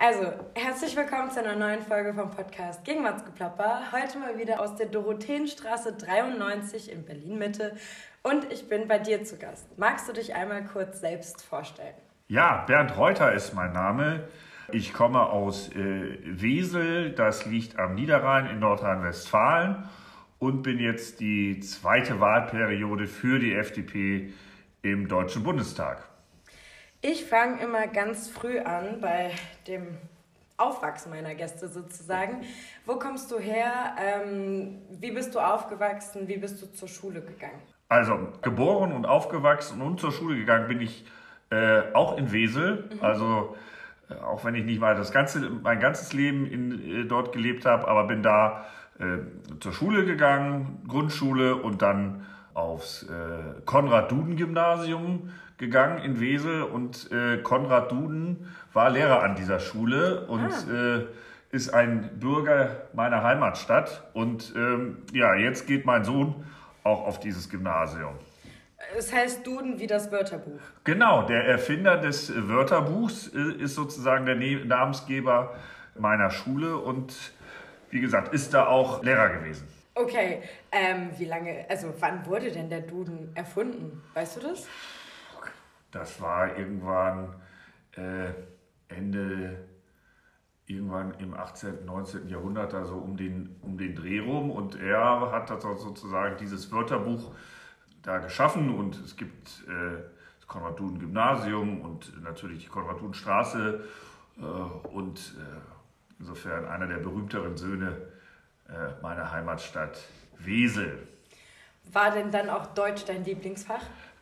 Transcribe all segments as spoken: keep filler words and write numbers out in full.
Also, herzlich willkommen zu einer neuen Folge vom Podcast Gegenwartsgeplapper. Heute mal wieder aus der Dorotheenstraße dreiundneunzig in Berlin-Mitte. Und ich bin bei dir zu Gast. Magst du dich einmal kurz selbst vorstellen? Ja, Bernd Reuter ist mein Name. Ich komme aus äh, Wesel, das liegt am Niederrhein in Nordrhein-Westfalen und bin jetzt die zweite Wahlperiode für die F D P im Deutschen Bundestag. Ich fange immer ganz früh an bei dem Aufwachsen meiner Gäste sozusagen. Wo kommst du her? Ähm, wie bist du aufgewachsen? Wie bist du zur Schule gegangen? Also geboren und aufgewachsen und zur Schule gegangen bin ich äh, auch in Wesel. Mhm. Also äh, auch wenn ich nicht mal das ganze, mein ganzes Leben in, äh, dort gelebt habe, aber bin da äh, zur Schule gegangen, Grundschule und dann aufs äh, Konrad-Duden-Gymnasium gegangen in Wesel und äh, Konrad Duden war Lehrer an dieser Schule und ah. äh, ist ein Bürger meiner Heimatstadt und ähm, ja, jetzt geht mein Sohn auch auf dieses Gymnasium. Es heißt Duden wie das Wörterbuch. Genau, der Erfinder des Wörterbuchs äh, ist sozusagen der Namensgeber meiner Schule und wie gesagt, ist da auch Lehrer gewesen. Okay, ähm, wie lange, also wann wurde denn der Duden erfunden? Weißt du das? Das war irgendwann äh, Ende, irgendwann im achtzehnten, neunzehnten Jahrhundert, also um den, um den Dreh rum. Und er hat das sozusagen dieses Wörterbuch da geschaffen. Und es gibt äh, das Konrad-Duden-Gymnasium und natürlich die Konrad-Duden-Straße. Äh, und äh, insofern einer der berühmteren Söhne äh, meiner Heimatstadt Wesel. War denn dann auch Deutsch dein Lieblingsfach?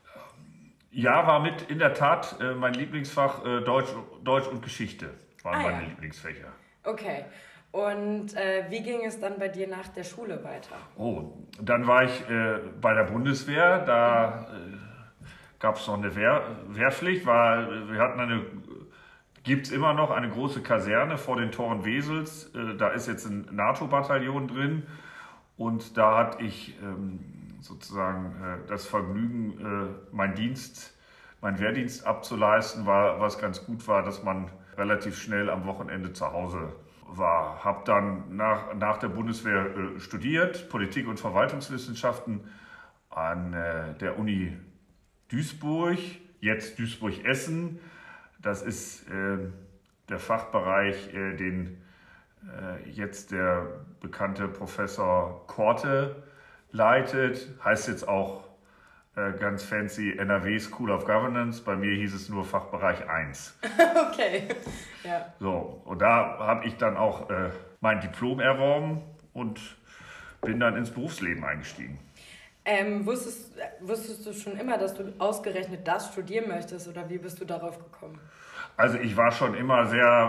Ja, war mit in der Tat äh, mein Lieblingsfach äh, Deutsch, Deutsch und Geschichte waren ah, meine ja. Lieblingsfächer. Okay. Und äh, wie ging es dann bei dir nach der Schule weiter? Oh, dann war ich äh, bei der Bundeswehr. Da äh, gab es noch eine Wehr, Wehrpflicht. War, wir hatten eine, gibt es immer noch eine große Kaserne vor den Toren Wesels. Äh, da ist jetzt ein NATO-Bataillon drin. Und da hatte ich ähm, sozusagen äh, das Vergnügen, äh, meinen Dienst, meinen Wehrdienst abzuleisten, war, was ganz gut war, dass man relativ schnell am Wochenende zu Hause war. Habe dann nach, nach der Bundeswehr äh, studiert, Politik- und Verwaltungswissenschaften an äh, der Uni Duisburg, jetzt Duisburg-Essen. Das ist äh, der Fachbereich, äh, den äh, jetzt der bekannte Professor Korte leitet, heißt jetzt auch äh, ganz fancy N R W School of Governance. Bei mir hieß es nur Fachbereich eins. Okay, ja. So, und da habe ich dann auch äh, mein Diplom erworben und bin dann ins Berufsleben eingestiegen. Ähm, wusstest, wusstest du schon immer, dass du ausgerechnet das studieren möchtest oder wie bist du darauf gekommen? Also ich war schon immer sehr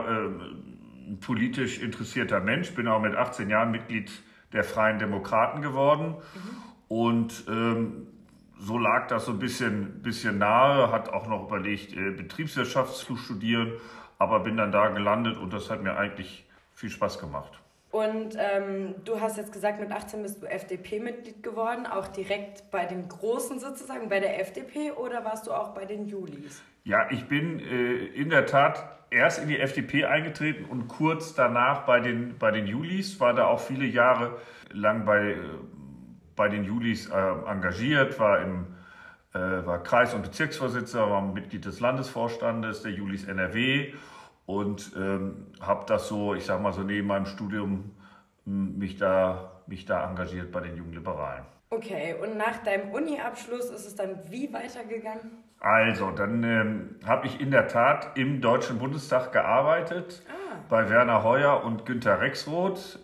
äh, politisch interessierter Mensch, bin auch mit achtzehn Jahren Mitglied der Freien Demokraten geworden. Mhm. Und ähm, so lag das so ein bisschen, bisschen nahe, hat auch noch überlegt, äh, Betriebswirtschaft zu studieren, aber bin dann da gelandet und das hat mir eigentlich viel Spaß gemacht. Und ähm, du hast jetzt gesagt, mit achtzehn bist du F D P-Mitglied geworden, auch direkt bei den Großen sozusagen, bei der F D P oder warst du auch bei den Julis? Ja, ich bin äh, in der Tat erst in die F D P eingetreten und kurz danach bei den, bei den Julis, war da auch viele Jahre lang bei, äh, bei den Julis äh, engagiert, war, im, äh, war Kreis- und Bezirksvorsitzender, war Mitglied des Landesvorstandes der Julis N R W und ähm, habe das so, ich sag mal so neben meinem Studium mich da, mich da engagiert bei den Jungen Liberalen. Okay, und nach deinem Uni-Abschluss ist es dann wie weitergegangen? Also, dann ähm, habe ich in der Tat im Deutschen Bundestag gearbeitet, ah. bei Werner Hoyer und Günter Rexroth.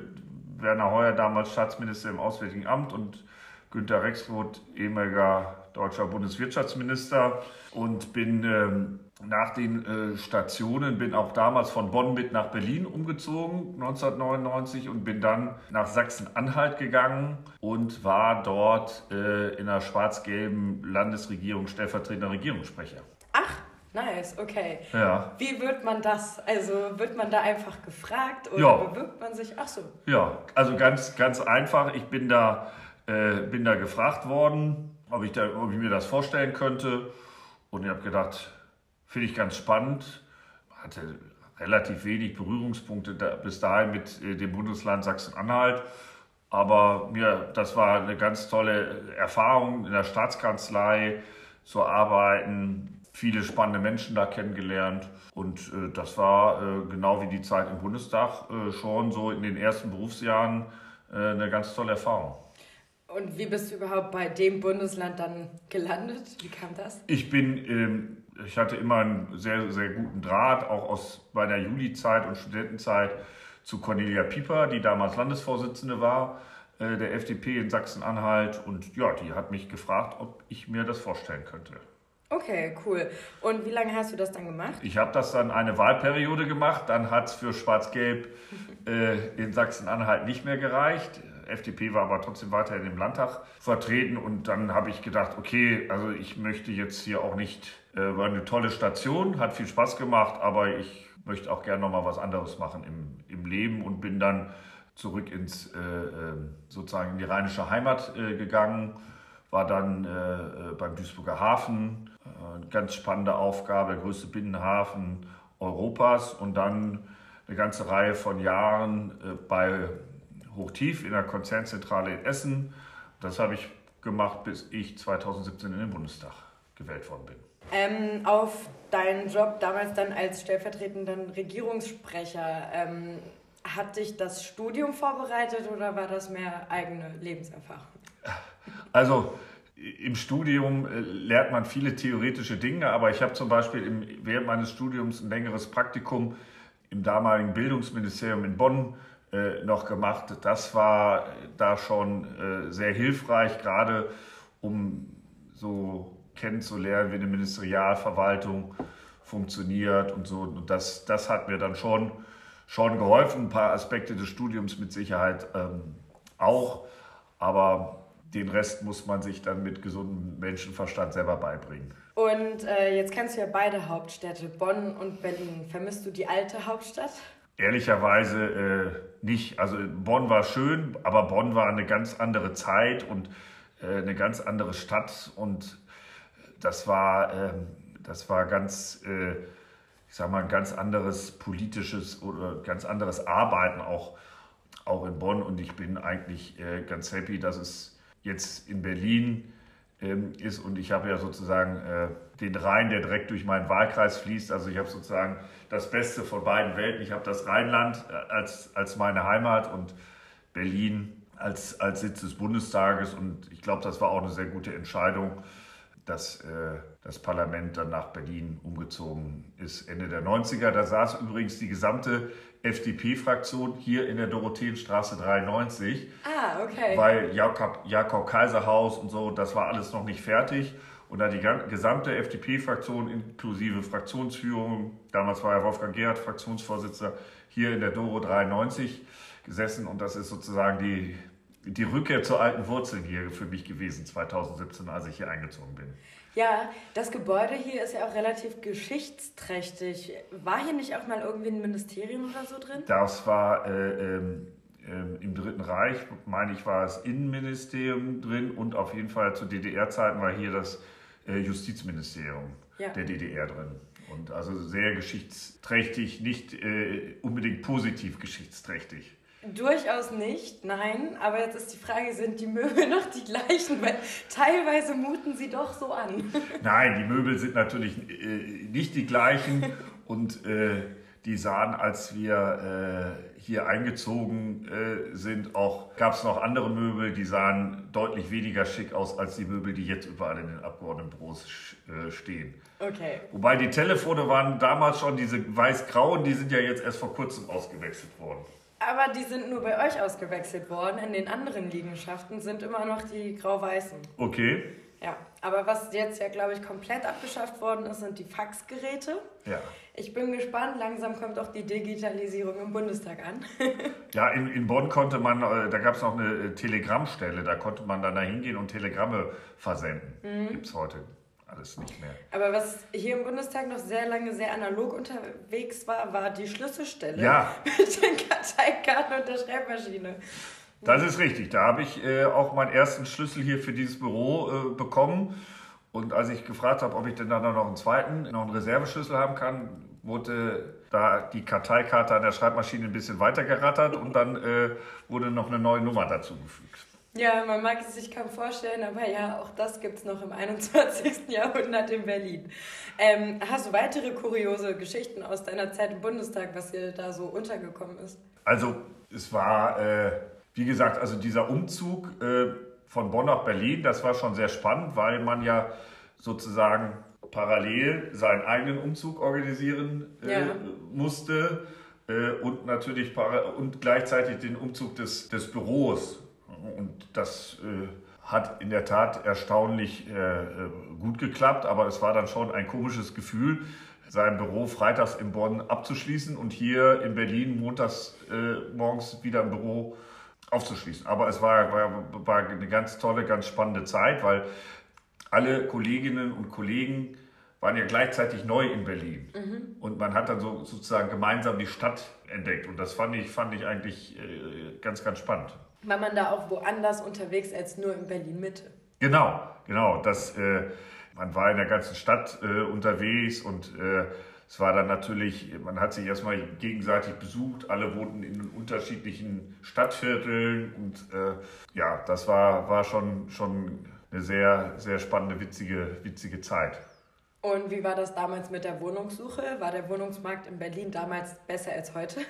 Äh, Werner Hoyer damals Staatsminister im Auswärtigen Amt und Günter Rexroth ehemaliger deutscher Bundeswirtschaftsminister und bin ähm, nach den äh, Stationen, bin auch damals von Bonn mit nach Berlin umgezogen, neunzehnhundertneunundneunzig, und bin dann nach Sachsen-Anhalt gegangen und war dort äh, in der schwarz-gelben Landesregierung stellvertretender Regierungssprecher. Ach, nice, okay. Ja. Wie wird man das? Also wird man da einfach gefragt oder ja. bewirbt man sich? Ach so. Ja, also ganz, ganz einfach. Ich bin da, äh, bin da gefragt worden, ob ich, da, ob ich mir das vorstellen könnte. Und ich habe gedacht, finde ich ganz spannend. Hatte relativ wenig Berührungspunkte da, bis dahin mit äh, dem Bundesland Sachsen-Anhalt. Aber mir, das war eine ganz tolle Erfahrung, in der Staatskanzlei zu arbeiten, viele spannende Menschen da kennengelernt. Und äh, das war äh, genau wie die Zeit im Bundestag äh, schon so in den ersten Berufsjahren äh, eine ganz tolle Erfahrung. Und wie bist du überhaupt bei dem Bundesland dann gelandet? Wie kam das? Ich bin, ähm, ich hatte immer einen sehr, sehr guten Draht, auch aus meiner Juli-Zeit und Studentenzeit, zu Cornelia Pieper, die damals Landesvorsitzende war, äh, der F D P in Sachsen-Anhalt. Und ja, die hat mich gefragt, ob ich mir das vorstellen könnte. Okay, cool. Und wie lange hast du das dann gemacht? Ich habe das dann eine Wahlperiode gemacht, dann hat es für Schwarz-Gelb äh, in Sachsen-Anhalt nicht mehr gereicht. F D P war aber trotzdem weiterhin im Landtag vertreten und dann habe ich gedacht, okay, also ich möchte jetzt hier auch nicht, äh, war eine tolle Station, hat viel Spaß gemacht, aber ich möchte auch gerne noch mal was anderes machen im, im Leben und bin dann zurück ins, äh, sozusagen in die rheinische Heimat äh, gegangen, war dann äh, beim Duisburger Hafen, äh, eine ganz spannende Aufgabe, der größte Binnenhafen Europas und dann eine ganze Reihe von Jahren äh, bei Hochtief in der Konzernzentrale in Essen. Das habe ich gemacht, bis ich zweitausendsiebzehn in den Bundestag gewählt worden bin. Ähm, auf deinen Job damals dann als stellvertretenden Regierungssprecher, ähm, hat dich das Studium vorbereitet oder war das mehr eigene Lebenserfahrung? Also im Studium äh, lernt man viele theoretische Dinge, aber ich habe zum Beispiel im, während meines Studiums ein längeres Praktikum im damaligen Bildungsministerium in Bonn äh, noch gemacht. Das war da schon äh, sehr hilfreich, gerade um so kennenzulernen, wie eine Ministerialverwaltung funktioniert und so. Und das, das hat mir dann schon, schon geholfen. Ein paar Aspekte des Studiums mit Sicherheit ähm, auch, aber den Rest muss man sich dann mit gesundem Menschenverstand selber beibringen. Und äh, jetzt kennst du ja beide Hauptstädte, Bonn und Berlin. Vermisst du die alte Hauptstadt? Ehrlicherweise äh, nicht. Also Bonn war schön, aber Bonn war eine ganz andere Zeit und äh, eine ganz andere Stadt. Und das war, äh, das war ganz, äh, ich sag mal, ein ganz anderes politisches oder ganz anderes Arbeiten auch, auch in Bonn. Und ich bin eigentlich äh, ganz happy, dass es jetzt in Berlin ähm, ist und ich habe ja sozusagen äh, den Rhein, der direkt durch meinen Wahlkreis fließt. Also ich habe sozusagen das Beste von beiden Welten. Ich habe das Rheinland als, als meine Heimat und Berlin als, als Sitz des Bundestages und ich glaube, das war auch eine sehr gute Entscheidung, dass äh, das Parlament dann nach Berlin umgezogen ist Ende der neunziger. Da saß übrigens die gesamte F D P-Fraktion hier in der Dorotheenstraße dreiundneunzig. Ah, okay. Weil Jakob, Jakob Kaiserhaus und so, das war alles noch nicht fertig. Und da die gesamte F D P-Fraktion inklusive Fraktionsführung, damals war ja Wolfgang Gerhardt Fraktionsvorsitzender, hier in der Doro dreiundneunzig gesessen. Und das ist sozusagen die, die Rückkehr zu alten Wurzeln hier für mich gewesen, zweitausendsiebzehn, als ich hier eingezogen bin. Ja, das Gebäude hier ist ja auch relativ geschichtsträchtig. War hier nicht auch mal irgendwie ein Ministerium oder so drin? Das war äh, ähm, äh, im Dritten Reich, meine ich, war das Innenministerium drin und auf jeden Fall zu D D R-Zeiten war hier das äh, Justizministerium ja. der D D R drin. Und also sehr geschichtsträchtig, nicht äh, unbedingt positiv geschichtsträchtig. Durchaus nicht, nein. Aber jetzt ist die Frage, sind die Möbel noch die gleichen? Weil teilweise muten sie doch so an. Nein, die Möbel sind natürlich äh, nicht die gleichen. Und äh, die sahen, als wir äh, hier eingezogen äh, sind, auch gab es noch andere Möbel, die sahen deutlich weniger schick aus als die Möbel, die jetzt überall in den Abgeordnetenbüros äh, stehen. Okay. Wobei die Telefone waren damals schon diese weiß-grauen, die sind ja jetzt erst vor kurzem ausgewechselt worden. Aber die sind nur bei euch ausgewechselt worden. In den anderen Liegenschaften sind immer noch die grau-weißen. Okay. Ja, aber was jetzt ja, glaube ich, komplett abgeschafft worden ist, sind die Faxgeräte. Ja. Ich bin gespannt, langsam kommt auch die Digitalisierung im Bundestag an. Ja, in, in Bonn konnte man, da gab es noch eine Telegrammstelle, da konnte man dann da hingehen und Telegramme versenden. Mhm. Gibt es heute alles nicht mehr. Aber was hier im Bundestag noch sehr lange sehr analog unterwegs war, war die Schlüsselstelle. Ja. Mit den Karteikarten und der Schreibmaschine. Das ist richtig. Da habe ich äh, auch meinen ersten Schlüssel hier für dieses Büro äh, bekommen. Und als ich gefragt habe, ob ich denn dann noch einen zweiten, noch einen Reserveschlüssel haben kann, wurde da die Karteikarte an der Schreibmaschine ein bisschen weiter gerattert und dann äh, wurde noch eine neue Nummer dazugefügt. Ja, man mag es sich kaum vorstellen, aber ja, auch das gibt es noch im einundzwanzigsten Jahrhundert in Berlin. Ähm, hast du weitere kuriose Geschichten aus deiner Zeit im Bundestag, was dir da so untergekommen ist? Also es war, äh, wie gesagt, also dieser Umzug äh, von Bonn nach Berlin, das war schon sehr spannend, weil man ja sozusagen parallel seinen eigenen Umzug organisieren äh, ja. musste äh, und natürlich para- und gleichzeitig den Umzug des, des Büros. Und das äh, hat in der Tat erstaunlich äh, gut geklappt, aber es war dann schon ein komisches Gefühl, sein Büro freitags in Bonn abzuschließen und hier in Berlin montags äh, morgens wieder im Büro aufzuschließen. Aber es war, war, war eine ganz tolle, ganz spannende Zeit, weil alle Kolleginnen und Kollegen waren ja gleichzeitig neu in Berlin. Mhm. Und man hat dann so sozusagen gemeinsam die Stadt entdeckt. Und das fand ich, fand ich eigentlich äh, ganz, ganz spannend. War man da auch woanders unterwegs als nur in Berlin-Mitte? Genau, genau. Das, äh, man war in der ganzen Stadt äh, unterwegs und äh, es war dann natürlich, man hat sich erstmal gegenseitig besucht, alle wohnten in unterschiedlichen Stadtvierteln und äh, ja, das war, war schon, schon eine sehr, sehr spannende, witzige, witzige Zeit. Und wie war das damals mit der Wohnungssuche? War der Wohnungsmarkt in Berlin damals besser als heute?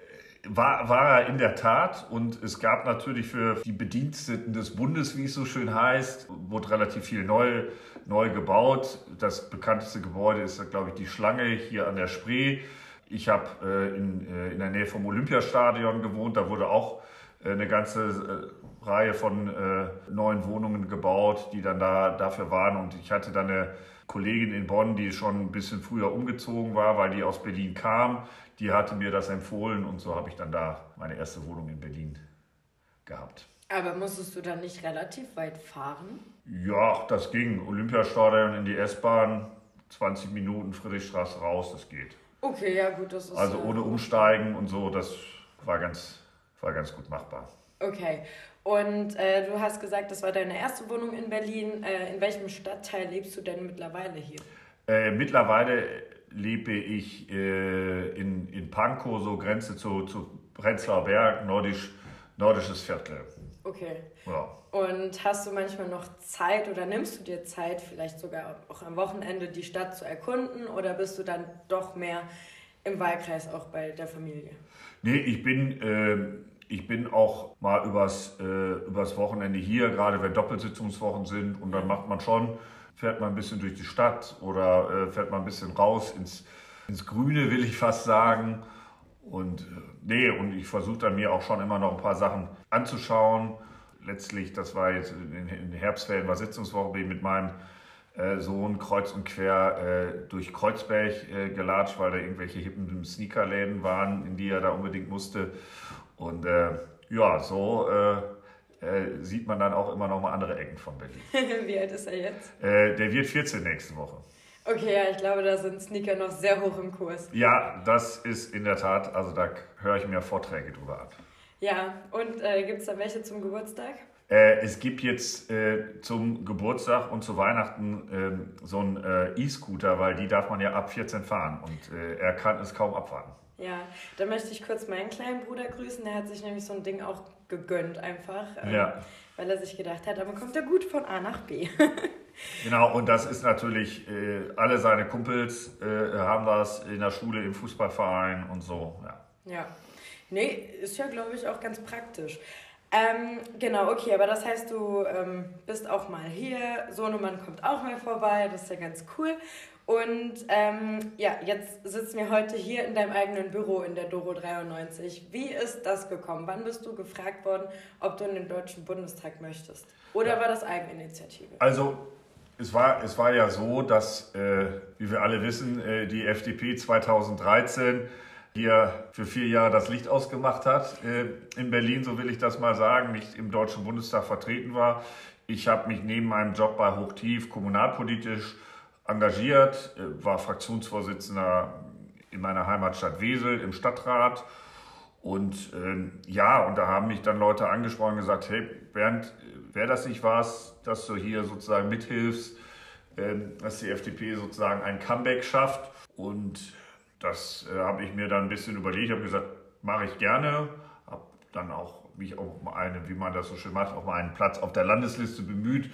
War, war er in der Tat und es gab natürlich für die Bediensteten des Bundes, wie es so schön heißt, wurde relativ viel neu, neu gebaut. Das bekannteste Gebäude ist, glaube ich, die Schlange hier an der Spree. Ich habe äh, in, äh, in der Nähe vom Olympiastadion gewohnt, da wurde auch äh, eine ganze äh, Reihe von äh, neuen Wohnungen gebaut, die dann da dafür waren und ich hatte dann eine Kollegin in Bonn, die schon ein bisschen früher umgezogen war, weil die aus Berlin kam. Die hatte mir das empfohlen und so habe ich dann da meine erste Wohnung in Berlin gehabt. Aber musstest du dann nicht relativ weit fahren? Ja, das ging. Olympiastadion in die S-Bahn, zwanzig Minuten Friedrichstraße raus, das geht. Okay, ja gut, das ist... Also ohne Umsteigen und so, das war ganz, war ganz gut machbar. Okay, und äh, du hast gesagt, das war deine erste Wohnung in Berlin. Äh, in welchem Stadtteil lebst du denn mittlerweile hier? Äh, mittlerweile lebe ich äh, in, in Pankow, so Grenze zu, zu Prenzlauer Berg, nordisch, nordisches Viertel. Okay. Ja. Und hast du manchmal noch Zeit oder nimmst du dir Zeit, vielleicht sogar auch am Wochenende die Stadt zu erkunden oder bist du dann doch mehr im Wahlkreis auch bei der Familie? Nee, ich bin... Äh, Ich bin auch mal übers, äh, übers Wochenende hier, gerade wenn Doppelsitzungswochen sind. Und dann macht man schon, fährt man ein bisschen durch die Stadt oder äh, fährt man ein bisschen raus ins, ins Grüne, will ich fast sagen. Und äh, nee, und ich versuche dann mir auch schon immer noch ein paar Sachen anzuschauen. Letztlich, das war jetzt in, in den Herbstferien, war Sitzungswoche, bin ich mit meinem äh, Sohn kreuz und quer äh, durch Kreuzberg äh, gelatscht, weil da irgendwelche hippen Sneakerläden waren, in die er da unbedingt musste. Und äh, ja, so äh, äh, sieht man dann auch immer noch mal andere Ecken von Berlin. Wie alt ist er jetzt? Äh, der wird vierzehn nächste Woche. Okay, ja, ich glaube, da sind Sneaker noch sehr hoch im Kurs. Ja, das ist in der Tat, also da höre ich mir Vorträge drüber an. Ja, und äh, gibt es da welche zum Geburtstag? Äh, es gibt jetzt äh, zum Geburtstag und zu Weihnachten äh, so einen äh, E-Scooter, weil die darf man ja ab vierzehn fahren und äh, er kann es kaum abfahren. Ja, da möchte ich kurz meinen kleinen Bruder grüßen. Der hat sich nämlich so ein Ding auch gegönnt einfach, ähm, ja. weil er sich gedacht hat, aber kommt er gut von A nach B. Genau, und das ist natürlich, äh, alle seine Kumpels äh, haben das in der Schule, im Fußballverein und so. Ja, ja. Nee, ist ja, glaube ich, auch ganz praktisch. Ähm, genau, okay, aber das heißt, du ähm, bist auch mal hier, Sohnemann kommt auch mal vorbei, das ist ja ganz cool. Und ähm, ja, jetzt sitzen wir heute hier in deinem eigenen Büro in der Doro dreiundneunzig. Wie ist das gekommen? Wann bist du gefragt worden, ob du in den Deutschen Bundestag möchtest? Oder ja. war das Eigeninitiative? Also es war, es war ja so, dass, äh, wie wir alle wissen, äh, die F D P zweitausenddreizehn hier für vier Jahre das Licht ausgemacht hat. Äh, in Berlin, so will ich das mal sagen, nicht im Deutschen Bundestag vertreten war. Ich habe mich neben meinem Job bei Hochtief kommunalpolitisch engagiert, war Fraktionsvorsitzender in meiner Heimatstadt Wesel im Stadtrat und äh, ja, und da haben mich dann Leute angesprochen und gesagt, hey Bernd, wäre das nicht was, dass du hier sozusagen mithilfst, äh, dass die F D P sozusagen ein Comeback schafft und das äh, habe ich mir dann ein bisschen überlegt. Ich habe gesagt, mache ich gerne. Habe dann auch mich auch um eine, wie man das so schön macht, auch mal einen Platz auf der Landesliste bemüht, äh,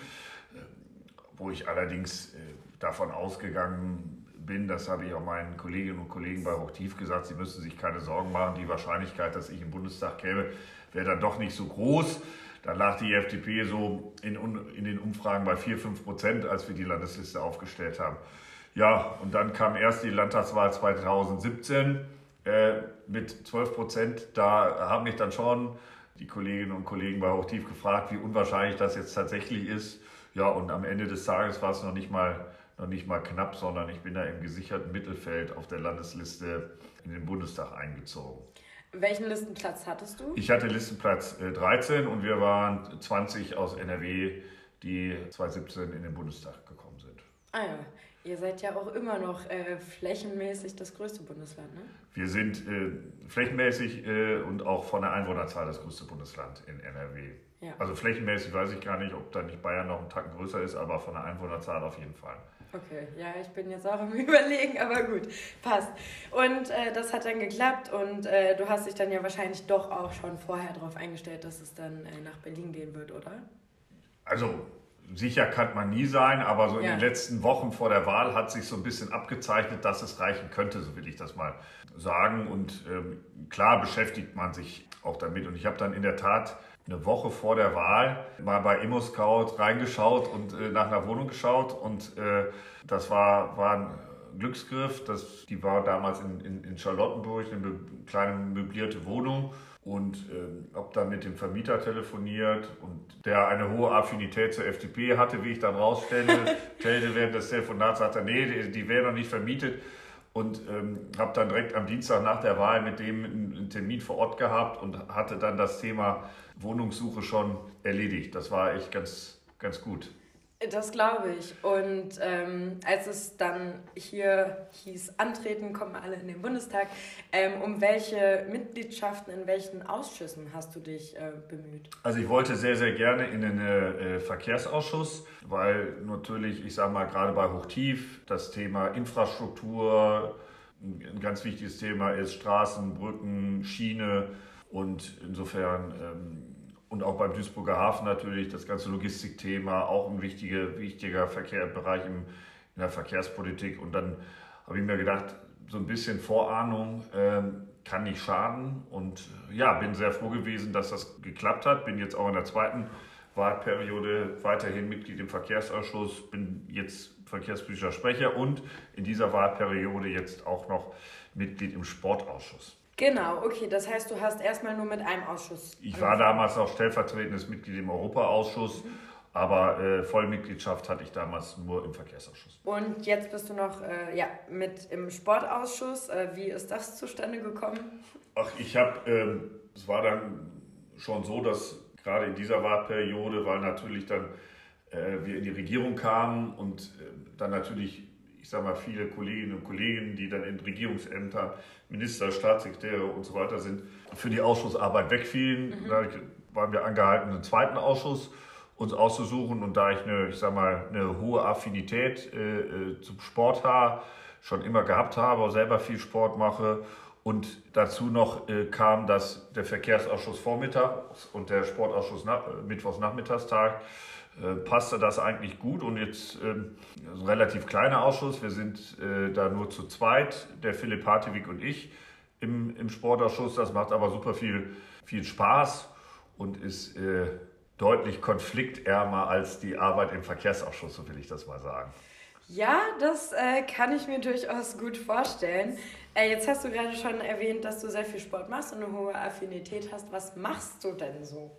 wo ich allerdings äh, davon ausgegangen bin, das habe ich auch meinen Kolleginnen und Kollegen bei Hochtief gesagt, sie müssen sich keine Sorgen machen. Die Wahrscheinlichkeit, dass ich im Bundestag käme, wäre dann doch nicht so groß. Da lag die F D P so in, in den Umfragen bei vier, fünf Prozent, als wir die Landesliste aufgestellt haben. Ja, und dann kam erst die Landtagswahl zweitausendsiebzehn äh, mit zwölf Prozent. Da haben mich dann schon die Kolleginnen und Kollegen bei Hochtief gefragt, wie unwahrscheinlich das jetzt tatsächlich ist. Ja, und am Ende des Tages war es noch nicht mal, noch nicht mal knapp, sondern ich bin da im gesicherten Mittelfeld auf der Landesliste in den Bundestag eingezogen. Welchen Listenplatz hattest du? Ich hatte Listenplatz äh, dreizehn und wir waren zwanzig aus N R W, die zweitausendsiebzehn in den Bundestag gekommen sind. Ah ja, ihr seid ja auch immer noch äh, flächenmäßig das größte Bundesland, ne? Wir sind äh, flächenmäßig äh, und auch von der Einwohnerzahl das größte Bundesland in N R W. Ja. Also flächenmäßig weiß ich gar nicht, ob da nicht Bayern noch einen Tacken größer ist, aber von der Einwohnerzahl auf jeden Fall. Okay, ja, ich bin jetzt auch im Überlegen, aber gut, passt. Und äh, das hat dann geklappt und äh, du hast dich dann ja wahrscheinlich doch auch schon vorher darauf eingestellt, dass es dann äh, nach Berlin gehen wird, oder? Also sicher kann man nie sein, aber so in ja. den letzten Wochen vor der Wahl hat sich so ein bisschen abgezeichnet, dass es reichen könnte, so will ich das mal sagen. Und ähm, klar beschäftigt man sich auch damit. Und ich habe dann in der Tat eine Woche vor der Wahl mal bei ImmoScout reingeschaut und äh, nach einer Wohnung geschaut. Und äh, das war, war ein Glücksgriff. Das, die war damals in, in, in Charlottenburg, eine kleine möblierte Wohnung. Und äh, habe dann mit dem Vermieter telefoniert und der eine hohe Affinität zur F D P hatte, wie ich dann rausstellte, stellte während des Telefonats, sagte er, nee, die, die wäre noch nicht vermietet. Und ähm, habe dann direkt am Dienstag nach der Wahl mit dem einen Termin vor Ort gehabt und hatte dann das Thema Wohnungssuche schon erledigt. Das war echt ganz, ganz gut. Das glaube ich. Und ähm, als es dann hier hieß, antreten, kommen alle in den Bundestag, ähm, um welche Mitgliedschaften in welchen Ausschüssen hast du dich äh, bemüht? Also ich wollte sehr, sehr gerne in den äh, Verkehrsausschuss, weil natürlich, ich sage mal, gerade bei Hochtief das Thema Infrastruktur ein ganz wichtiges Thema ist, Straßen, Brücken, Schiene und insofern... Ähm, Und auch beim Duisburger Hafen natürlich das ganze Logistikthema, auch ein wichtiger, wichtiger Verkehrsbereich im, in der Verkehrspolitik. Und dann habe ich mir gedacht, so ein bisschen Vorahnung äh, kann nicht schaden. Und ja, bin sehr froh gewesen, dass das geklappt hat. Bin jetzt auch in der zweiten Wahlperiode weiterhin Mitglied im Verkehrsausschuss, bin jetzt verkehrspolitischer Sprecher und in dieser Wahlperiode jetzt auch noch Mitglied im Sportausschuss. Genau, okay, das heißt, du hast erstmal nur mit einem Ausschuss. Ich war damals auch stellvertretendes Mitglied im Europaausschuss, mhm. aber äh, Vollmitgliedschaft hatte ich damals nur im Verkehrsausschuss. Und jetzt bist du noch äh, ja, mit im Sportausschuss. Äh, wie ist das zustande gekommen? Ach, ich habe, ähm, es war dann schon so, dass gerade in dieser Wahlperiode, weil natürlich dann äh, wir in die Regierung kamen und äh, dann natürlich, ich sage mal, viele Kolleginnen und Kollegen, die dann in Regierungsämtern, Minister, Staatssekretäre und so weiter sind, für die Ausschussarbeit wegfielen. Mhm. Da waren wir angehalten, einen zweiten Ausschuss uns auszusuchen. Und da ich eine, ich sage mal, eine hohe Affinität äh, zum Sport habe, schon immer gehabt habe, selber viel Sport mache und dazu noch äh, kam, dass der Verkehrsausschuss vormittags und der Sportausschuss nach, äh, mittwochs nachmittagstag Äh, passte das eigentlich gut und jetzt äh, ein relativ kleiner Ausschuss. Wir sind äh, da nur zu zweit, der Philipp Hartewig und ich im, im Sportausschuss. Das macht aber super viel, viel Spaß und ist äh, deutlich konfliktärmer als die Arbeit im Verkehrsausschuss, so will ich das mal sagen. Ja, das äh, kann ich mir durchaus gut vorstellen. Äh, jetzt hast du gerade schon erwähnt, dass du sehr viel Sport machst und eine hohe Affinität hast. Was machst du denn so?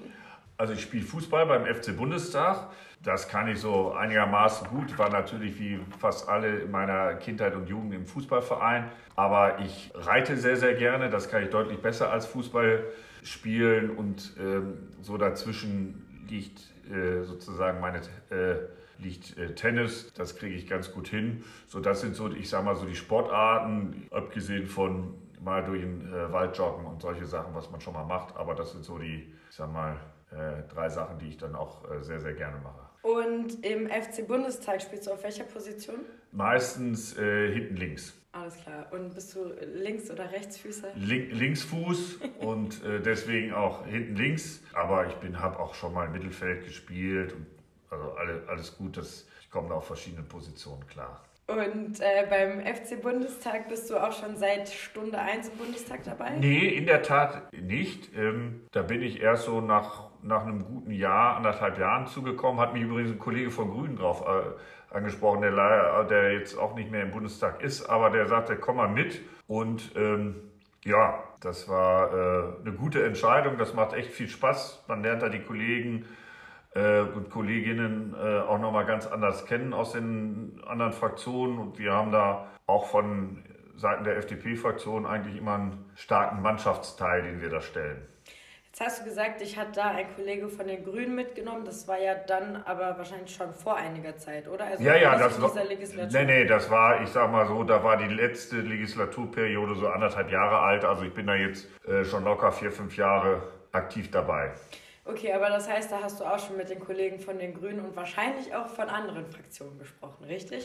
Also ich spiele Fußball beim F C Bundestag. Das kann ich so einigermaßen gut. War natürlich wie fast alle in meiner Kindheit und Jugend im Fußballverein. Aber ich reite sehr, sehr gerne. Das kann ich deutlich besser als Fußball spielen. Und ähm, so dazwischen liegt äh, sozusagen meine äh, liegt äh, Tennis. Das kriege ich ganz gut hin. So, das sind so, ich sag mal, so die Sportarten, abgesehen von mal durch den äh, Wald joggen und solche Sachen, was man schon mal macht. Aber das sind so die, ich sag mal, Äh, drei Sachen, die ich dann auch äh, sehr, sehr gerne mache. Und im F C Bundestag spielst du auf welcher Position? Meistens äh, hinten links. Alles klar. Und bist du Links- oder Rechtsfüßer? Link, Linksfuß und äh, deswegen auch hinten links. Aber ich bin, habe auch schon mal im Mittelfeld gespielt. Und, also alle, alles gut, das, ich komme da auf verschiedene Positionen klar. Und äh, beim F C-Bundestag bist du auch schon seit Stunde eins im Bundestag dabei? Nee, in der Tat nicht. Ähm, da bin ich erst so nach, nach einem guten Jahr, anderthalb Jahren zugekommen. Hat mich übrigens ein Kollege von Grünen drauf äh, angesprochen, der, leider, der jetzt auch nicht mehr im Bundestag ist, aber der sagte, komm mal mit. Und ähm, ja, das war äh, eine gute Entscheidung. Das macht echt viel Spaß. Man lernt da die Kollegen äh, und Kolleginnen äh, auch nochmal ganz anders kennen aus den anderen Fraktionen. Und wir haben da auch von Seiten der F D P-Fraktion eigentlich immer einen starken Mannschaftsteil, den wir da stellen. Jetzt hast du gesagt, dich hat da ein Kollege von den Grünen mitgenommen. Das war ja dann aber wahrscheinlich schon vor einiger Zeit, oder? Also ja, ja, das war, Legislatur. nee, nee, das war, ich sag mal so, da war die letzte Legislaturperiode so anderthalb Jahre alt. Also ich bin da jetzt äh, schon locker vier, fünf Jahre aktiv dabei. Okay, aber das heißt, da hast du auch schon mit den Kollegen von den Grünen und wahrscheinlich auch von anderen Fraktionen gesprochen, richtig?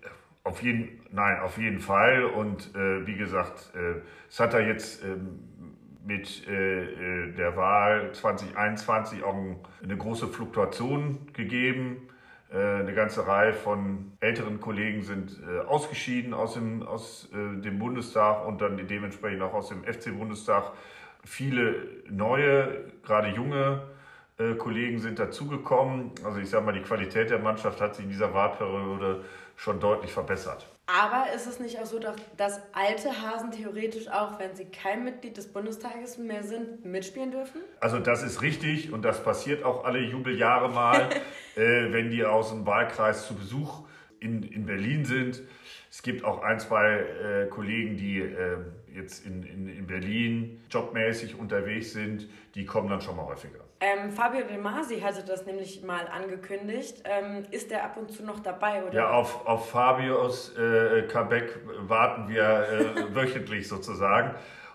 Auf jeden, nein, auf jeden Fall. Und äh, wie gesagt, äh, es hat da jetzt ähm, mit äh, der Wahl zwanzig einundzwanzig auch ein, eine große Fluktuation gegeben. Äh, eine ganze Reihe von älteren Kollegen sind äh, ausgeschieden aus dem, aus, äh, dem Bundestag und dann dementsprechend auch aus dem F C-Bundestag. Viele neue, gerade junge äh, Kollegen sind dazugekommen. Also ich sage mal, die Qualität der Mannschaft hat sich in dieser Wahlperiode schon deutlich verbessert. Aber ist es nicht auch so, dass alte Hasen theoretisch auch, wenn sie kein Mitglied des Bundestages mehr sind, mitspielen dürfen? Also das ist richtig und das passiert auch alle Jubeljahre mal, äh, wenn die aus dem Wahlkreis zu Besuch in, in Berlin sind. Es gibt auch ein, zwei äh, Kollegen, die äh, jetzt in, in, in Berlin jobmäßig unterwegs sind, die kommen dann schon mal häufiger. Ähm, Fabio De Masi hatte das nämlich mal angekündigt. Ähm, ist der ab und zu noch dabei? Oder? Ja, auf, auf Fabios äh, Comeback warten wir äh, wöchentlich sozusagen.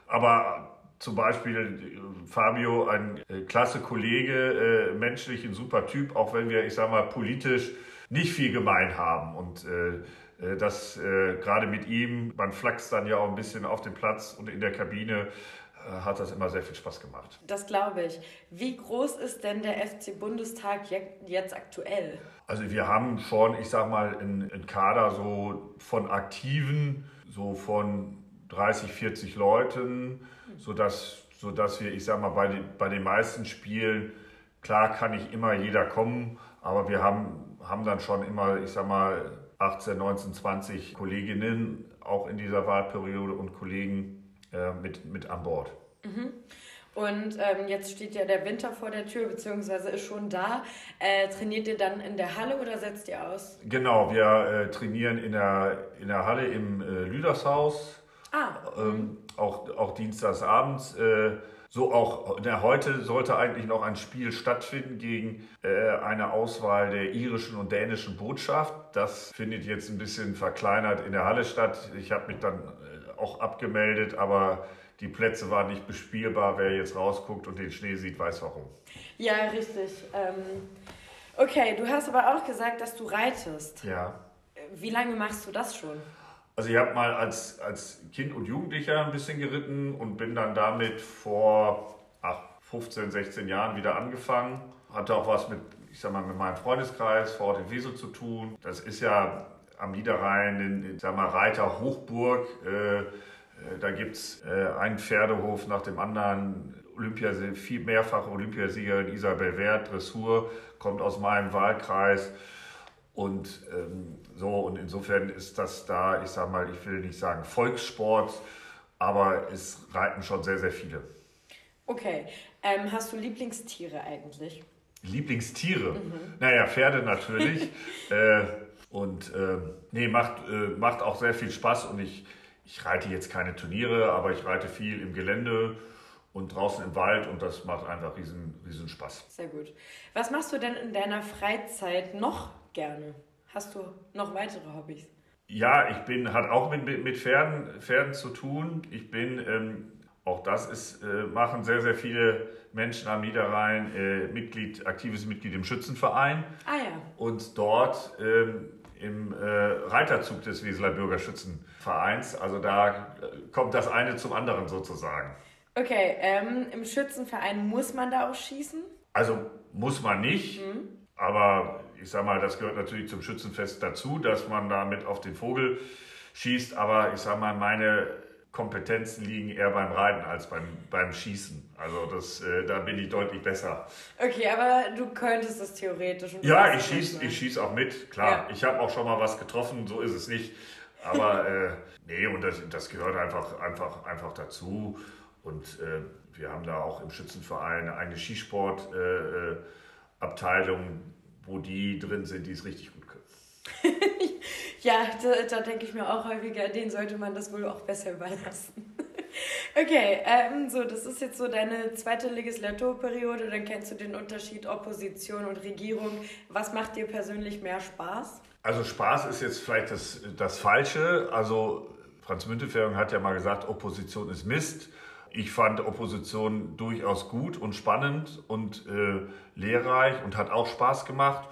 Aber zum Beispiel Fabio, ein äh, klasse Kollege, äh, menschlich ein super Typ, auch wenn wir, ich sag mal, politisch nicht viel gemein haben. Und äh, das äh, gerade mit ihm, man flaxt dann ja auch ein bisschen auf dem Platz und in der Kabine, äh, hat das immer sehr viel Spaß gemacht. Das glaube ich. Wie groß ist denn der F C-Bundestag jetzt aktuell? Also wir haben schon, ich sag mal, einen Kader so von Aktiven, so von dreißig, vierzig Leuten, sodass, sodass wir, ich sag mal, bei den, bei den meisten Spielen, klar kann nicht immer jeder kommen, aber wir haben, haben dann schon immer, ich sag mal, achtzehn, neunzehn, zwanzig Kolleginnen auch in dieser Wahlperiode und Kollegen äh, mit, mit an Bord. Mhm. Und ähm, jetzt steht ja der Winter vor der Tür, beziehungsweise ist schon da. Äh, trainiert ihr dann in der Halle oder setzt ihr aus? Genau, wir äh, trainieren in der, in der Halle im äh, Lüdershaus. Ah. Ähm, auch, auch dienstagsabends. Äh, So auch na, heute sollte eigentlich noch ein Spiel stattfinden gegen äh, eine Auswahl der irischen und dänischen Botschaft. Das findet jetzt ein bisschen verkleinert in der Halle statt. Ich habe mich dann äh, auch abgemeldet, aber die Plätze waren nicht bespielbar. Wer jetzt rausguckt und den Schnee sieht, weiß warum. Ja, richtig. Ähm, okay, du hast aber auch gesagt, dass du reitest. Ja. Wie lange machst du das schon? Also ich habe mal als, als Kind und Jugendlicher ein bisschen geritten und bin dann damit vor ach, fünfzehn, sechzehn Jahren wieder angefangen. Hatte auch was mit, ich sag mal, mit meinem Freundeskreis vor Ort in Wesel zu tun. Das ist ja am Niederrhein, in, in sag mal, Reiter Hochburg. Äh, äh, da gibt es äh, einen Pferdehof nach dem anderen. Olympiasieger, viel mehrfache Olympiasiegerin Isabel Wert, Dressur, kommt aus meinem Wahlkreis. Und ähm, so, und insofern ist das da, ich sag mal, ich will nicht sagen Volkssport, aber es reiten schon sehr, sehr viele. Okay. Ähm, hast du Lieblingstiere eigentlich? Lieblingstiere? Mhm. Naja, Pferde natürlich. äh, und äh, nee, macht, äh, macht auch sehr viel Spaß. Und ich, ich reite jetzt keine Turniere, aber ich reite viel im Gelände und draußen im Wald und das macht einfach riesen, riesen Spaß. Sehr gut. Was machst du denn in deiner Freizeit noch gerne? Hast du noch weitere Hobbys? Ja, ich bin, hat auch mit, mit Pferden, Pferden zu tun. Ich bin, ähm, auch das ist, äh, machen sehr, sehr viele Menschen am Niederrhein, äh, Mitglied, aktives Mitglied im Schützenverein. Ah ja. Und dort ähm, im äh, Reiterzug des Weseler Bürgerschützenvereins. Also da kommt das eine zum anderen sozusagen. Okay, ähm, im Schützenverein muss man da auch schießen? Also muss man nicht, Mhm. aber ich sag mal, das gehört natürlich zum Schützenfest dazu, dass man da mit auf den Vogel schießt. Aber ich sag mal, meine Kompetenzen liegen eher beim Reiten als beim, beim Schießen. Also das, äh, da bin ich deutlich besser. Okay, aber du könntest es theoretisch. Und Ja, ich schieße ich schieß auch mit, klar. Ja. Ich habe auch schon mal was getroffen, so ist es nicht. Aber äh, nee, und das, das gehört einfach, einfach, einfach dazu. Und äh, wir haben da auch im Schützenverein eine eigene Skisport-Abteilung, äh, wo die drin sind, die es richtig gut können. Ja, da, da denke ich mir auch häufiger, denen sollte man das wohl auch besser überlassen. Okay, ähm, so, das ist jetzt so deine zweite Legislaturperiode, dann kennst du den Unterschied Opposition und Regierung. Was macht dir persönlich mehr Spaß? Also Spaß ist jetzt vielleicht das, das Falsche. Also Franz Müntefering hat ja mal gesagt, Opposition ist Mist. Ich fand Opposition durchaus gut und spannend und äh, lehrreich und hat auch Spaß gemacht.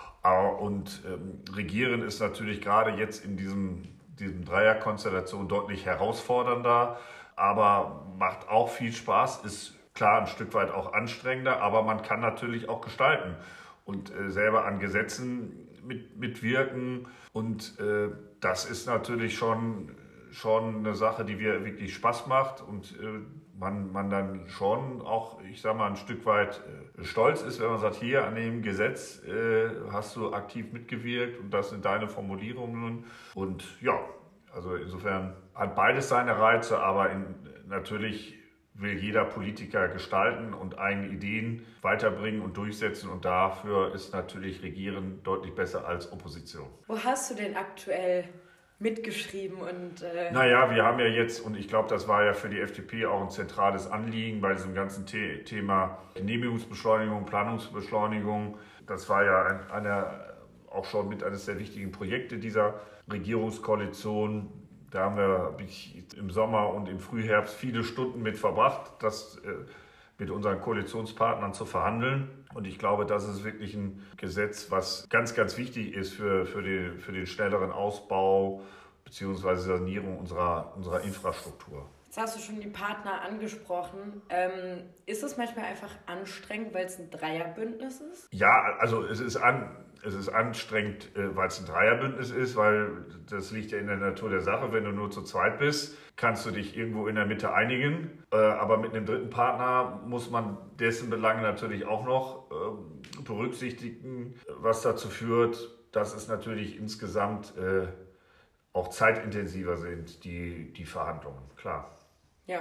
Und ähm, Regieren ist natürlich gerade jetzt in diesem, diesem Dreierkonstellation deutlich herausfordernder, aber macht auch viel Spaß, ist klar ein Stück weit auch anstrengender, aber man kann natürlich auch gestalten und äh, selber an Gesetzen mit, mitwirken. Und äh, das ist natürlich schon, schon eine Sache, die mir wirklich Spaß macht und äh, man, man dann schon auch, ich sag mal, ein Stück weit äh, stolz ist, wenn man sagt, hier an dem Gesetz äh, hast du aktiv mitgewirkt und das sind deine Formulierungen. Und ja, also insofern hat beides seine Reize, aber in, natürlich will jeder Politiker gestalten und eigene Ideen weiterbringen und durchsetzen. Und dafür ist natürlich Regieren deutlich besser als Opposition. Wo hast du denn aktuell mitgeschrieben? Und äh naja, wir haben ja jetzt, und ich glaube, das war ja für die F D P auch ein zentrales Anliegen bei diesem ganzen The- Thema Genehmigungsbeschleunigung, Planungsbeschleunigung. Das war ja ein, eine, auch schon mit eines der wichtigen Projekte dieser Regierungskoalition. Da haben wir hab ich im Sommer und im Frühherbst viele Stunden mit verbracht, das äh, mit unseren Koalitionspartnern zu verhandeln. Und ich glaube, das ist wirklich ein Gesetz, was ganz, ganz wichtig ist für, für, den, für den schnelleren Ausbau bzw. Sanierung unserer, unserer Infrastruktur. Jetzt hast du schon die Partner angesprochen. Ähm, ist es manchmal einfach anstrengend, weil es ein Dreierbündnis ist? Ja, also es ist, an, es ist anstrengend, äh, weil es ein Dreierbündnis ist, weil das liegt ja in der Natur der Sache. Wenn du nur zu zweit bist, kannst du dich irgendwo in der Mitte einigen. Äh, aber mit einem dritten Partner muss man dessen Belange natürlich auch noch äh, berücksichtigen, was dazu führt, dass es natürlich insgesamt äh, auch zeitintensiver sind, die, die Verhandlungen, klar. Ja,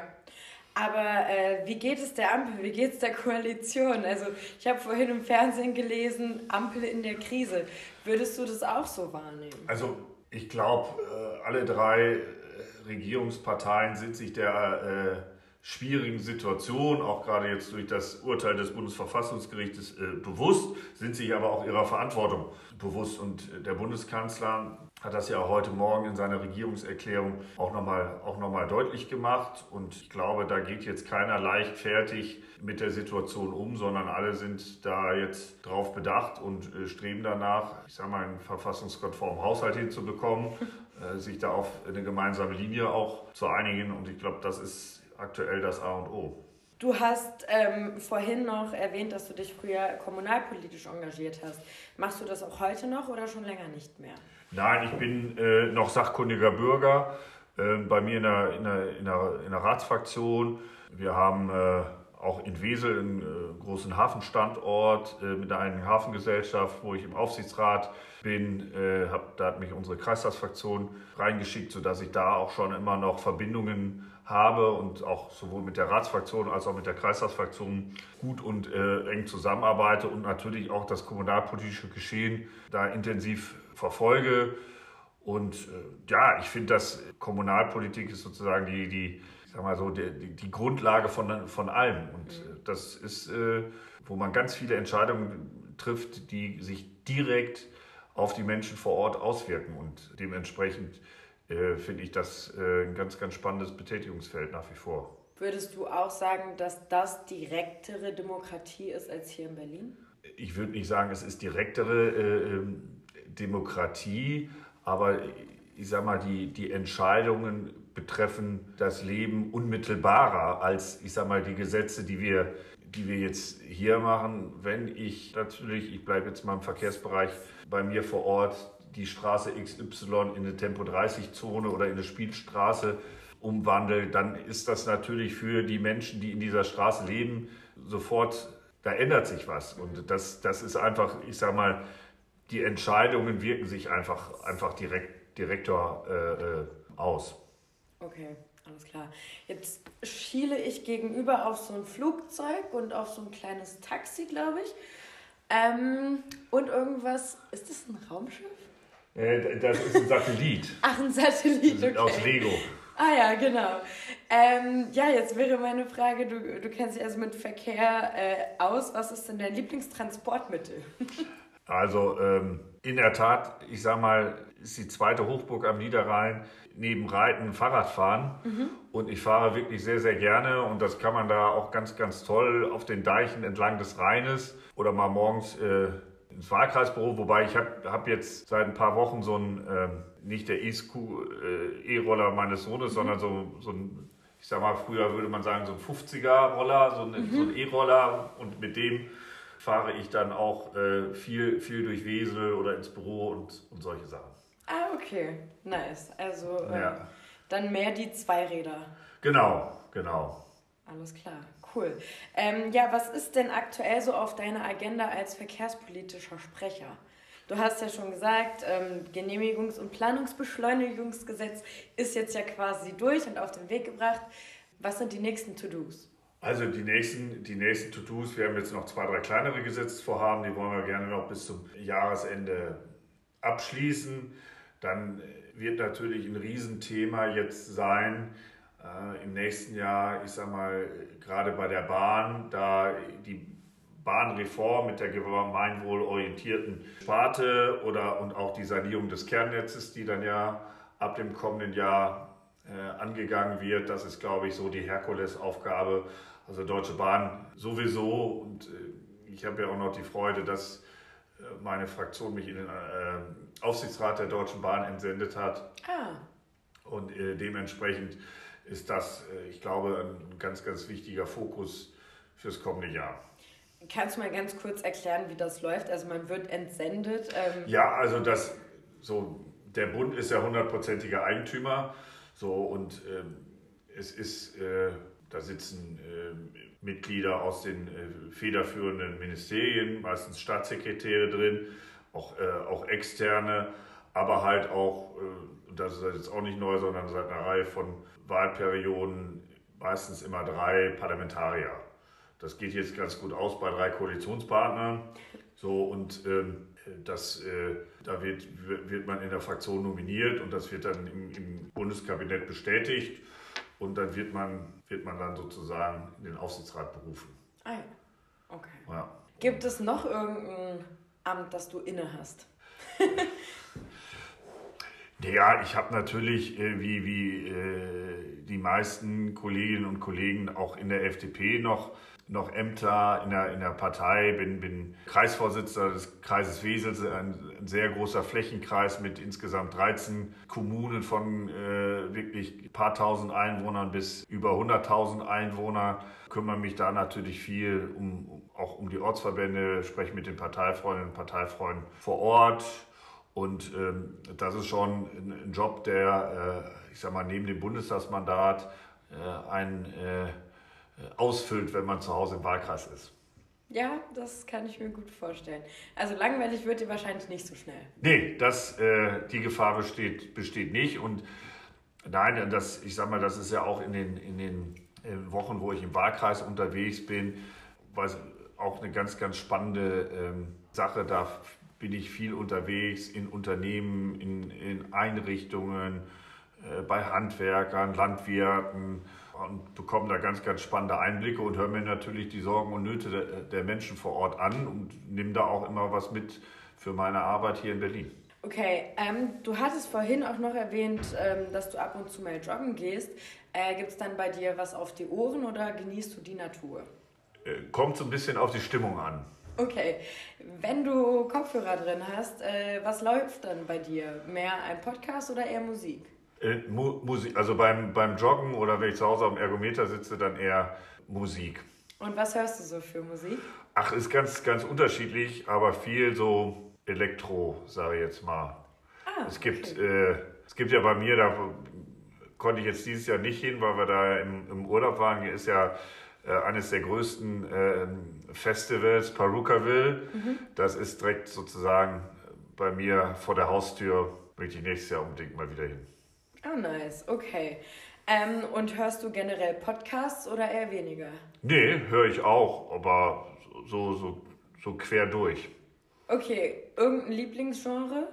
aber äh, wie geht es der Ampel, wie geht es der Koalition? Also ich habe vorhin im Fernsehen gelesen, Ampel in der Krise. Würdest du das auch so wahrnehmen? Also ich glaube, äh, alle drei äh, Regierungsparteien sind sich der äh, schwierigen Situation, auch gerade jetzt durch das Urteil des Bundesverfassungsgerichtes, äh, bewusst, sind sich aber auch ihrer Verantwortung bewusst. Und äh, der Bundeskanzler hat das ja auch heute Morgen in seiner Regierungserklärung auch nochmal auch noch mal deutlich gemacht. Und ich glaube, da geht jetzt keiner leichtfertig mit der Situation um, sondern alle sind da jetzt drauf bedacht und äh, streben danach, ich sage mal, einen verfassungskonformen Haushalt hinzubekommen, äh, sich da auf eine gemeinsame Linie auch zu einigen. Und ich glaube, das ist aktuell das A und O. Du hast ähm, vorhin noch erwähnt, dass du dich früher kommunalpolitisch engagiert hast. Machst du das auch heute noch oder schon länger nicht mehr? Nein, ich bin äh, noch sachkundiger Bürger, äh, bei mir in der, in, der, in, der, in der Ratsfraktion. Wir haben äh, auch in Wesel einen äh, großen Hafenstandort äh, mit einer eigenen Hafengesellschaft, wo ich im Aufsichtsrat bin. Äh, hab, da hat mich unsere Kreistagsfraktion reingeschickt, sodass ich da auch schon immer noch Verbindungen habe und auch sowohl mit der Ratsfraktion als auch mit der Kreistagsfraktion gut und äh, eng zusammenarbeite und natürlich auch das kommunalpolitische Geschehen da intensiv verfolge. Und äh, ja, ich finde, dass Kommunalpolitik ist sozusagen die, die, ich sag mal so, die, die, die Grundlage von, von allem. Und äh, das ist, äh, wo man ganz viele Entscheidungen trifft, die sich direkt auf die Menschen vor Ort auswirken. Und dementsprechend äh, finde ich das äh, ein ganz, ganz spannendes Betätigungsfeld nach wie vor. Würdest du auch sagen, dass das direktere Demokratie ist als hier in Berlin? Ich würde nicht sagen, es ist direktere äh, Demokratie, aber ich sag mal, die, die Entscheidungen betreffen das Leben unmittelbarer als, ich sag mal, die Gesetze, die wir, die wir jetzt hier machen. Wenn ich natürlich, ich bleibe jetzt mal im Verkehrsbereich bei mir vor Ort, die Straße X Y in eine Tempo dreißig Zone oder in eine Spielstraße umwandle, dann ist das natürlich für die Menschen, die in dieser Straße leben, sofort, da ändert sich was. Und das, das ist einfach, ich sag mal, die Entscheidungen wirken sich einfach, einfach direkt, direkter äh, aus. Okay, alles klar. Jetzt schiele ich gegenüber auf so ein Flugzeug und auf so ein kleines Taxi, glaube ich. Ähm, und irgendwas, ist das ein Raumschiff? Äh, das ist ein Satellit. Ach, ein Satellit, okay. Aus Lego. Ah ja, genau. Ähm, ja, jetzt wäre meine Frage, du, du kennst dich also mit Verkehr äh, aus. Was ist denn dein Lieblingstransportmittel? Also ähm, in der Tat, ich sag mal, ist die zweite Hochburg am Niederrhein neben Reiten Fahrradfahren. Mhm. Und ich fahre wirklich sehr, sehr gerne und das kann man da auch ganz, ganz toll auf den Deichen entlang des Rheines oder mal morgens äh, ins Wahlkreisbüro. Wobei ich habe hab jetzt seit ein paar Wochen so ein, ähm, nicht der E-Roller meines Sohnes, mhm. sondern so, so ein, ich sag mal, früher würde man sagen, so ein fünfziger-Roller, so, ein, mhm. so ein E-Roller und mit dem fahre ich dann auch äh, viel, viel durch Wesel oder ins Büro und, und solche Sachen. Ah, okay. Nice. Also äh, ja. Dann mehr die Zweiräder. Genau, genau. Alles klar, cool. Ähm, ja, was ist denn aktuell so auf deiner Agenda als verkehrspolitischer Sprecher? Du hast ja schon gesagt, ähm, Genehmigungs- und Planungsbeschleunigungsgesetz ist jetzt ja quasi durch und auf den Weg gebracht. Was sind die nächsten To-Dos? Also die nächsten, die nächsten To-Dos, wir haben jetzt noch zwei, drei kleinere Gesetzesvorhaben, die wollen wir gerne noch bis zum Jahresende abschließen. Dann wird natürlich ein Riesenthema jetzt sein, äh, im nächsten Jahr, ich sag mal, gerade bei der Bahn, da die Bahnreform mit der gemeinwohlorientierten Sparte oder und auch die Sanierung des Kernnetzes, die dann ja ab dem kommenden Jahr äh, angegangen wird. Das ist, glaube ich, so die Herkulesaufgabe. Also Deutsche Bahn sowieso. Und äh, ich habe ja auch noch die Freude, dass äh, meine Fraktion mich in den äh, Aufsichtsrat der Deutschen Bahn entsendet hat. Ah. Und äh, dementsprechend ist das, äh, ich glaube, ein ganz, ganz wichtiger Fokus fürs kommende Jahr. Kannst du mal ganz kurz erklären, wie das läuft? Also man wird entsendet. Ähm ja, also das, so, der Bund ist ja hundertprozentiger Eigentümer. So, und ähm, es ist, äh, da sitzen äh, Mitglieder aus den äh, federführenden Ministerien, meistens Staatssekretäre drin, auch, äh, auch externe, aber halt auch, äh, das ist jetzt auch nicht neu, sondern seit einer Reihe von Wahlperioden meistens immer drei Parlamentarier. Das geht jetzt ganz gut aus bei drei Koalitionspartnern. So, und ähm, das, äh, da wird, wird man in der Fraktion nominiert und das wird dann im, im Bundeskabinett bestätigt und dann wird man, wird man dann sozusagen in den Aufsichtsrat berufen. Ah ja, okay. Ja. Gibt es noch irgendein Amt, das du inne hast? Ja, ich habe natürlich, äh, wie, wie äh, die meisten Kolleginnen und Kollegen auch in der F D P noch, noch Ämter in der, in der Partei, bin, bin Kreisvorsitzender des Kreises Wesel, ein, ein sehr großer Flächenkreis mit insgesamt dreizehn Kommunen von äh, wirklich ein paar tausend Einwohnern bis über hunderttausend Einwohner. Kümmere mich da natürlich viel um, um, auch um die Ortsverbände, spreche mit den Parteifreundinnen und Parteifreunden vor Ort. Und ähm, das ist schon ein, ein Job, der, äh, ich sag mal, neben dem Bundestagsmandat äh, einen äh, ausfüllt, wenn man zu Hause im Wahlkreis ist. Ja, das kann ich mir gut vorstellen. Also langweilig wird dir wahrscheinlich nicht so schnell. Nee, das, äh, die Gefahr besteht, besteht nicht. Und nein, das, ich sag mal, das ist ja auch in den, in den Wochen, wo ich im Wahlkreis unterwegs bin, weiß, auch eine ganz, ganz spannende ähm, Sache. Da bin ich viel unterwegs in Unternehmen, in, in Einrichtungen, äh, bei Handwerkern, Landwirten und bekomme da ganz, ganz spannende Einblicke und höre mir natürlich die Sorgen und Nöte der, der Menschen vor Ort an und nehme da auch immer was mit für meine Arbeit hier in Berlin. Okay, ähm, du hattest vorhin auch noch erwähnt, ähm, dass du ab und zu mal joggen gehst. Äh, Gibt es dann bei dir was auf die Ohren oder genießt du die Natur? Äh, kommt so ein bisschen auf die Stimmung an. Okay, wenn du Kopfhörer drin hast, äh, was läuft dann bei dir? Mehr ein Podcast oder eher Musik? Äh, Mu Musik, also beim, beim Joggen oder wenn ich zu Hause am Ergometer sitze, dann eher Musik. Und was hörst du so für Musik? Ach, ist ganz, ganz unterschiedlich, aber viel so Elektro, sage ich jetzt mal. Ah, Es gibt, okay. äh, es gibt ja bei mir, da konnte ich jetzt dieses Jahr nicht hin, weil wir da im, im Urlaub waren. Hier ist ja äh, eines der größten äh, Festivals, Palookaville. Mhm. Das ist direkt sozusagen bei mir vor der Haustür. Möchte ich nächstes Jahr unbedingt mal wieder hin. Ah, nice, okay. Ähm, und hörst du generell Podcasts oder eher weniger? Nee, höre ich auch, aber so, so, so quer durch. Okay, irgendein Lieblingsgenre?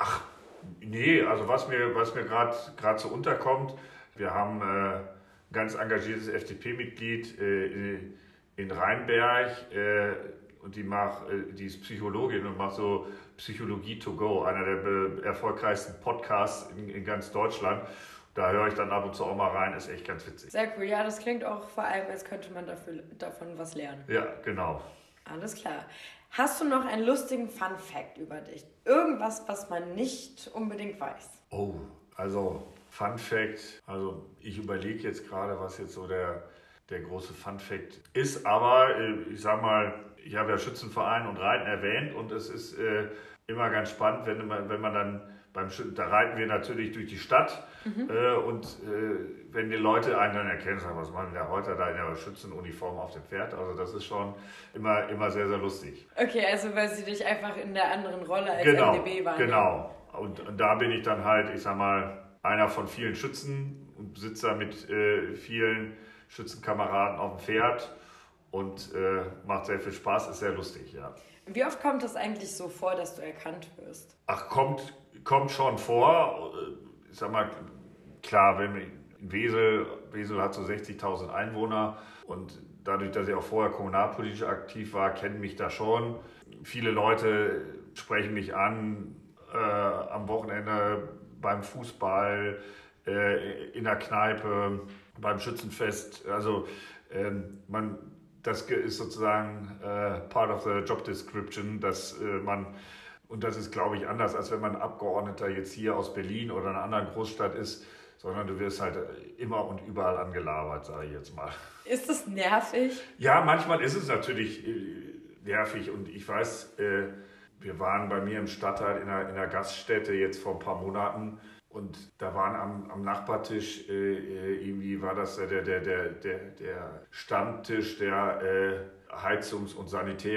Nee, also was mir, was mir gerade gerade so unterkommt, wir haben äh, ein ganz engagiertes F D P-Mitglied äh, in Rheinberg äh, und die, macht, äh, die ist Psychologin und macht so Psychologie to go, einer der be- erfolgreichsten Podcasts in, in ganz Deutschland. Da höre ich dann ab und zu auch mal rein, ist echt ganz witzig. Sehr cool, ja, das klingt auch vor allem, als könnte man dafür, davon was lernen. Ja, genau. Alles klar. Hast du noch einen lustigen Fun-Fact über dich? Irgendwas, was man nicht unbedingt weiß? Oh, also Fun Fact, also ich überlege jetzt gerade, was jetzt so der, der große Fun Fact ist, aber äh, ich sag mal, ich habe ja Schützenverein und Reiten erwähnt und es ist äh, immer ganz spannend, wenn man, wenn man dann beim Schützen, da reiten wir natürlich durch die Stadt mhm. äh, und äh, wenn die Leute einen dann erkennen, sagen, was machen der heute da in der Schützenuniform auf dem Pferd, also das ist schon immer, immer sehr, sehr lustig. Okay, also weil sie dich einfach in der anderen Rolle als Genau, M D B wahrnehmen. genau. Und, und da bin ich dann halt, ich sag mal, einer von vielen Schützen und sitze da mit äh, vielen Schützenkameraden auf dem Pferd und äh, macht sehr viel Spaß, ist sehr lustig, ja. Wie oft kommt es eigentlich so vor, dass du erkannt wirst? Ach, kommt, kommt schon vor. Ich sag mal, klar, wenn Wesel, Wesel hat so sechzigtausend Einwohner und dadurch, dass ich auch vorher kommunalpolitisch aktiv war, kennen mich da schon. Viele Leute sprechen mich an äh, am Wochenende beim Fußball, äh, in der Kneipe, beim Schützenfest. Also ähm, man, das ist sozusagen äh, part of the job description, dass äh, man, und das ist, glaube ich, anders, als wenn man Abgeordneter jetzt hier aus Berlin oder einer anderen Großstadt ist, sondern du wirst halt immer und überall angelabert, sage ich jetzt mal. Ist das nervig? Ja, manchmal ist es natürlich äh, nervig und ich weiß, äh, wir waren bei mir im Stadtteil in einer, in einer Gaststätte jetzt vor ein paar Monaten und da waren am, am Nachbartisch, äh, irgendwie war das der, der, der, der, der Stammtisch der äh, Heizungs- und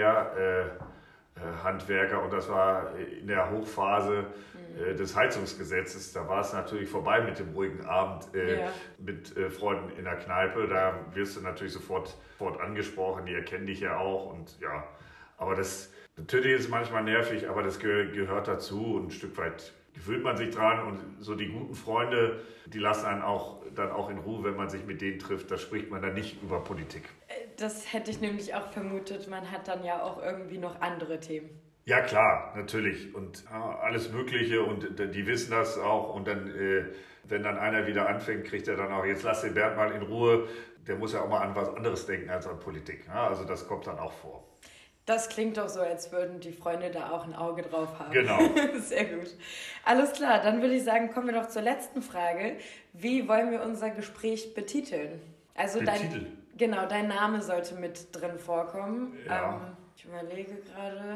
Sanitärhandwerker äh, und das war in der Hochphase äh, des Heizungsgesetzes. Da war es natürlich vorbei mit dem ruhigen Abend äh, ja. mit äh, Freunden in der Kneipe. Da wirst du natürlich sofort, sofort angesprochen, die erkennen dich ja auch und ja, aber das natürlich ist es manchmal nervig, aber das ge gehört dazu und ein Stück weit gewöhnt man sich dran und so die guten Freunde, die lassen einen auch dann auch in Ruhe, wenn man sich mit denen trifft, da spricht man dann nicht über Politik. Das hätte ich nämlich auch vermutet, man hat dann ja auch irgendwie noch andere Themen. Ja klar, natürlich und ja, alles Mögliche und die wissen das auch und dann, äh, wenn dann einer wieder anfängt, kriegt er dann auch, jetzt lass den Bernd mal in Ruhe, der muss ja auch mal an was anderes denken als an Politik, ja, also das kommt dann auch vor. Das klingt doch so, als würden die Freunde da auch ein Auge drauf haben. Genau. Sehr gut. Alles klar, dann würde ich sagen, kommen wir doch zur letzten Frage. Wie wollen wir unser Gespräch betiteln? Also Betitel. dein, genau, dein Name sollte mit drin vorkommen. Ja. Ähm, ich überlege gerade,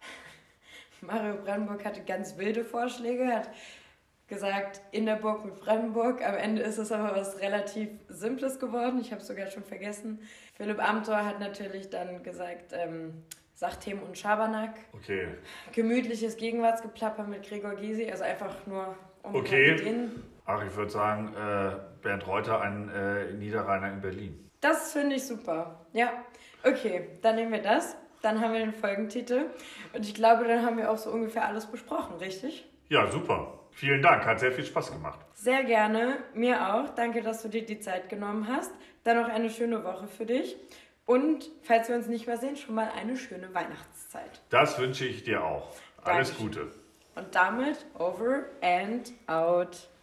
Mario Brandenburg hatte ganz wilde Vorschläge, hat gesagt, in der Burg mit Brandenburg. Am Ende ist es aber was relativ Simples geworden. Ich habe es sogar schon vergessen. Philipp Amthor hat natürlich dann gesagt, ähm, Sachthemen und Schabernack. Okay. Gemütliches Gegenwartsgeplapper mit Gregor Gysi. Also einfach nur um okay. Ideen. Ach, ich würde sagen, äh, Bernd Reuter, ein äh, Niederrheiner in Berlin. Das finde ich super. Ja, okay, dann nehmen wir das. Dann haben wir den Folgentitel. Und ich glaube, dann haben wir auch so ungefähr alles besprochen, richtig? Ja, super. Vielen Dank, hat sehr viel Spaß gemacht. Sehr gerne, mir auch. Danke, dass du dir die Zeit genommen hast. Dann noch eine schöne Woche für dich. Und, falls wir uns nicht mehr sehen, schon mal eine schöne Weihnachtszeit. Das wünsche ich dir auch. Alles Dankeschön. Gute. Und damit over and out.